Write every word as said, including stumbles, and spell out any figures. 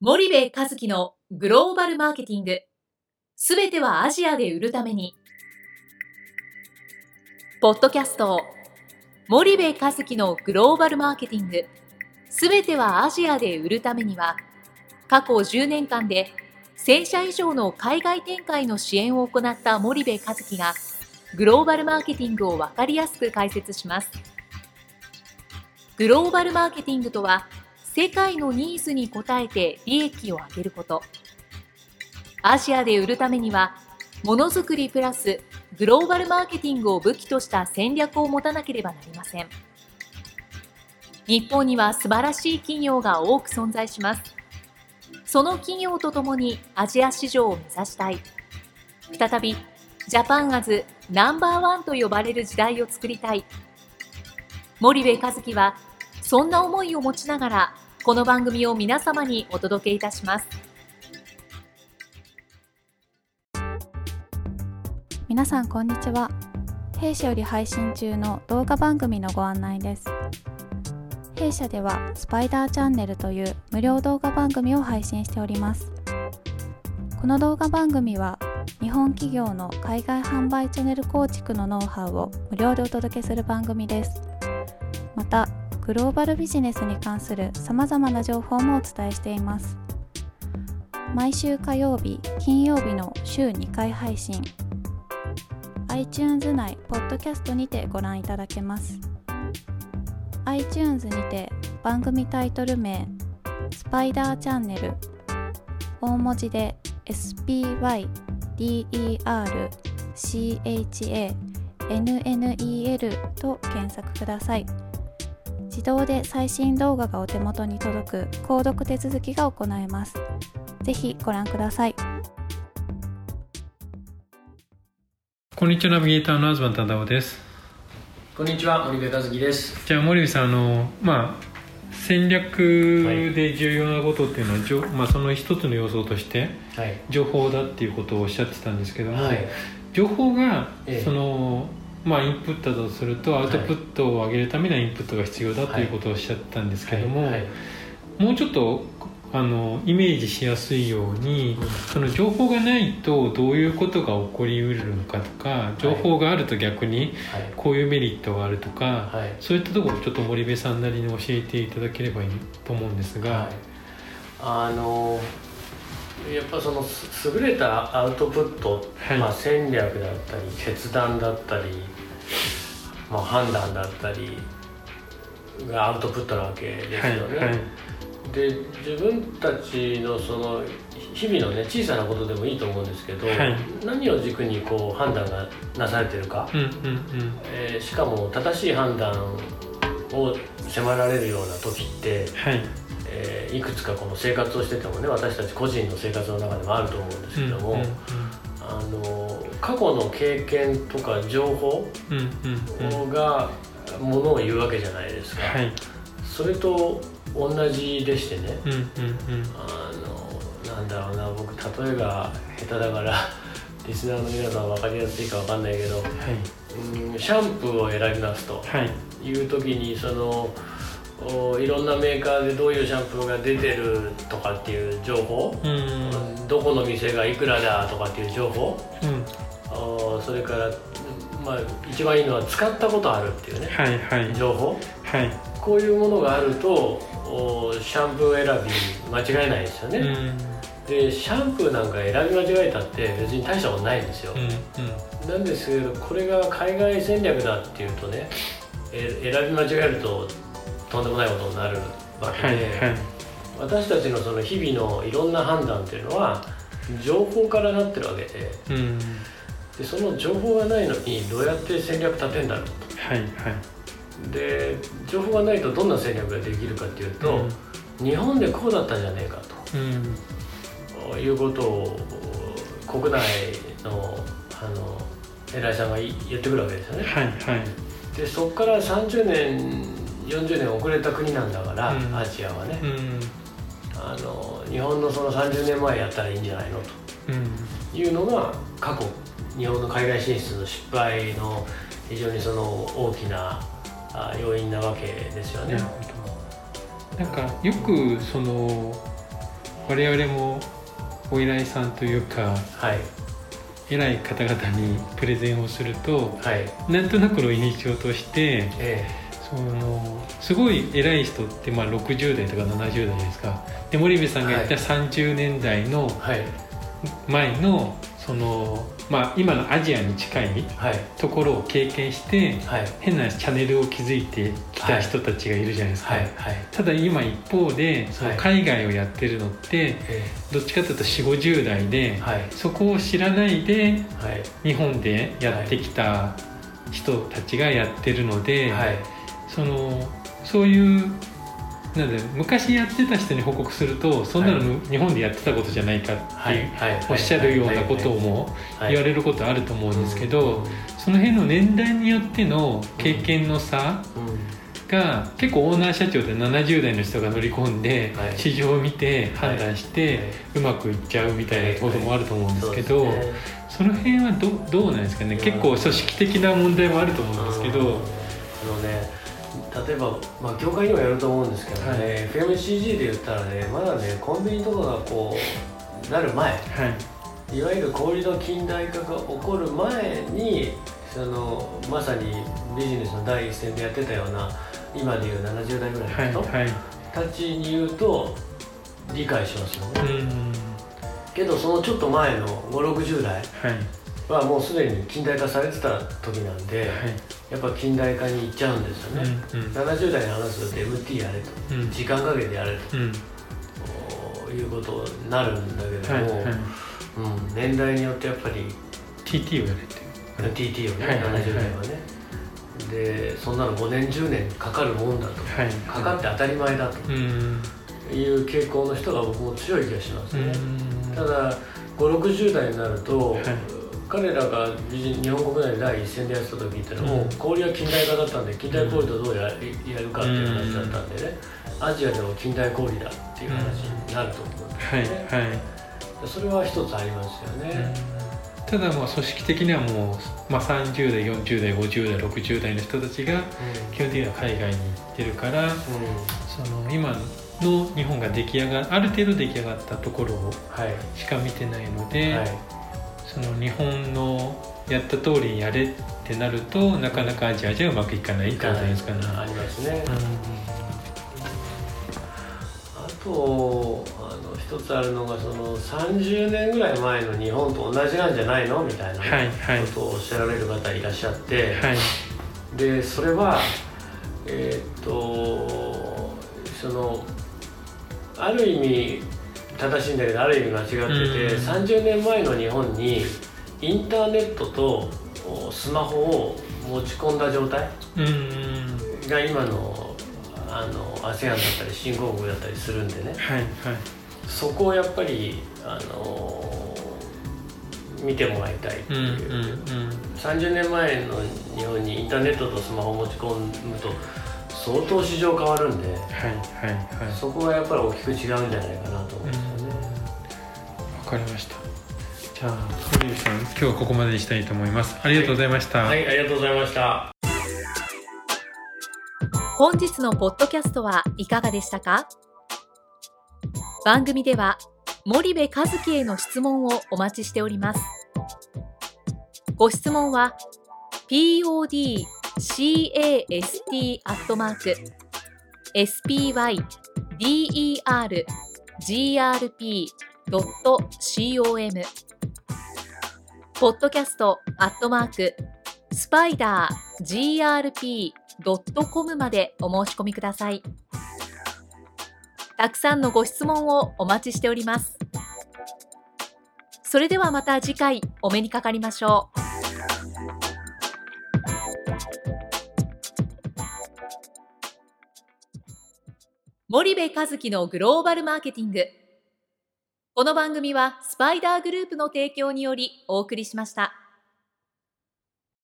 森部一樹のグローバルマーケティング、すべてはアジアで売るために。ポッドキャスト森部一樹のグローバルマーケティング、すべてはアジアで売るためには、過去じゅうねんかんでせんしゃ以上の海外展開の支援を行った森部一樹がグローバルマーケティングを分かりやすく解説します。グローバルマーケティングとは、世界のニーズに応えて利益を上げること。アジアで売るためには、ものづくりプラスグローバルマーケティングを武器とした戦略を持たなければなりません。日本には素晴らしい企業が多く存在します。その企業とともにアジア市場を目指したい。再び、ジャパンアズナンバーワンと呼ばれる時代を作りたい。森部一樹は、そんな思いを持ちながら、この番組を皆様にお届けいたします。 皆さんこんにちは。弊社より配信中の動画番組のご案内です。弊社ではスパイダーチャンネルという無料動画番組を配信しております。この動画番組は日本企業の海外販売チャンネル構築のノウハウを無料でお届けする番組です。またグローバルビジネスに関するさまざまな情報もお伝えしています。毎週火曜日、金曜日の週にかい配信。iTunes 内、ポッドキャストにてご覧いただけます。iTunes にて番組タイトル名、スパイダーチャンネル、大文字で エスピーワイディーイーアールシーエイチエーエヌエヌイーエル と検索ください。自動で最新動画がお手元に届く購読手続きが行えます。ぜひご覧ください。 こんにちは、ナビゲーターの東忠夫です。 こんにちは、森部一樹です。 じゃあ森部さん、あの、まあ、戦略で重要なことっていうのは、はい、まあ、その一つの要素として情報だっていうことをおっしゃってたんですけども、はい、情報が、ええ、そのまあ、インプットだとするとアウトプットを上げるためにはインプットが必要だということをおっしゃったんですけども、はいはいはい、もうちょっとあのイメージしやすいように、うん、その情報がないとどういうことが起こりうるのかとか、情報があると逆にこういうメリットがあるとか、はい、そういったところをちょっと森部さんなりに教えていただければいいと思うんですが、はい、 あのやっぱその優れたアウトプット、はい、まあ、戦略だったり決断だったり、まあ、判断だったりがアウトプットなわけですよね、はいはい、で自分たちのその日々のね小さなことでもいいと思うんですけど、はい、何を軸にこう判断がなされているか、うんうんうん、えー、しかも正しい判断を迫られるような時って、はい、えー、いくつかこの生活をしててもね、私たち個人の生活の中でもあると思うんですけども、うんうんうん、あの過去の経験とか情報がものを言うわけじゃないですか、はい、それと同じでしてね、うんうんうん、あのなんだろうな、僕例えが下手だからリスナーの皆さん分かりやすいか分かんないけど、はい、うん、シャンプーを選びますという時に、そのいろんなメーカーでどういうシャンプーが出てるとかっていう情報、うん、どこの店がいくらだとかっていう情報、うん、それから、まあ、一番いいのは使ったことあるっていうね、はいはい、情報、はい、こういうものがあるとシャンプー選び間違えないですよね、うん、でシャンプーなんか選び間違えたって別に大したことないんですよ、うんうん、なんですけど、これが海外戦略だっていうとね、え選び間違えるととんでもないことになるわけで、はいはい、私たちのその日々のいろんな判断っていうのは情報からなってるわけで、うん、でその情報がないのにどうやって戦略立てんだろうと、はいはい、で情報がないとどんな戦略ができるかっていうと、うん、日本でこうだったんじゃねえかと、うん、いうことを国内の、あの偉いさんが言ってくるわけですよね、はいはい、でそこからさんじゅうねんよんじゅうねん遅れた国なんだから、うん、アジアはね、うん、あの日本のそのさんじゅうねんまえやったらいいんじゃないのというのが過去日本の海外進出の失敗の非常にその大きな要因なわけですよね。 なんかよくその我々もお偉いさんというか、はい、偉い方々にプレゼンをすると、はい、なんとなくの印象として、ええ、そのすごい偉い人って、まあ、ろくじゅう代とかななじゅう代ですか。で森部さんが言ったさんじゅうねんだいの前の、そのまあ、今のアジアに近いところを経験して、はい、変なチャンネルを築いてきた人たちがいるじゃないですか、はいはいはい、ただ今一方でその海外をやってるのって、はい、どっちかというと よんじゅう、ごじゅう代で、はい、そこを知らないで、はい、日本でやってきた人たちがやってるので、はい、そのそういうなので昔やってた人に報告するとそんなの日本でやってたことじゃないかっておっしゃるようなことも言われることあると思うんですけど、その辺の年代によっての経験の差が結構オーナー社長でななじゅう代の人が乗り込んで市場を見て判断してうまくいっちゃうみたいなこともあると思うんですけど、その辺は ど, どうなんですかね。結構組織的な問題もあると思うんですけど、あのね例えば、まあ、業界にもよると思うんですけどね、はい、エフエムシージー で言ったらね、まだねコンビニとかがこうなる前、はい、いわゆる小売の近代化が起こる前にそのまさにビジネスの第一線でやってたような今でいうななじゅう代ぐらいの人、はいはい、たちに言うと理解しますよね。うんけどそのちょっと前のごじゅう、ろくじゅう代、はいはもうすでに近代化されてた時なんで、はい、やっぱ近代化に行っちゃうんですよね、うんうん、ななじゅう代に話すと エムティー やれと、うん、時間かけてやれと、うん、いうことになるんだけども、はいはい、うん、年代によってやっぱりティーティー をやれって ティーティー をね、はいはいはい、ななじゅう代はねでそんなのごねんじゅうねんかかるもんだと、はいはい、かかって当たり前だと、うん、いう傾向の人が僕も強い気がしますね、うん、ただごじゅう、ろくじゅう代になると、はい、彼らが日本国内で第一線でやってた時ってのも、うん、小売は近代化だったんで近代小売とどう や, やるかっていう話だったんでね、うん、アジアでも近代小売だっていう話になると思うんですよね、うんはいはい、それは一つありますよね、 うん、ただまあ組織的にはもう、まあ、さんじゅう代よんじゅう代ごじゅう代ろくじゅう代の人たちが基本的には海外に行ってるから、うん、その今の日本が出来上がある程度出来上がったところをしか見てないので、はいはい、その日本のやった通りにやれってなるとなかなかアジアじゃうまくいかないってことですかね。 ありますね、うん、あとあの一つあるのがそのさんじゅうねんぐらい前の日本と同じなんじゃないのみたいなことをおっしゃられる方いらっしゃって、はいはい、でそれはえー、っとそのある意味正しいんだけどある意味間違ってて、うん、さんじゅうねんまえの日本にインターネットとスマホを持ち込んだ状態が今のあの アセアン だったり新興国だったりするんでね、はいはい、そこをやっぱりあの見てもらいたいっていう、うんうんうん、さんじゅうねんまえの日本にインターネットとスマホを持ち込むと相当市場変わるんで、はいはいはい、そこはやっぱり大きく違うんじゃないかなと思うんですよね。 わかりました。じゃあ堀内さん今日はここまでにしたいと思います。ありがとうございました。 はい、はい、ありがとうございました。 本日のポッドキャストはいかがでしたか？番組では森部一樹への質問をお待ちしております。ご質問は ピーオーディーシーエーエスティー アットマーク エスピーワイディーイーアールジーアールピードットコム ポッドキャストアットマークスパイダー ジーアールピードットコム までお申し込みください。たくさんのご質問をお待ちしております。それではまた次回お目にかかりましょう。森部一樹のグローバルマーケティング。この番組はスパイダーグループの提供によりお送りしました。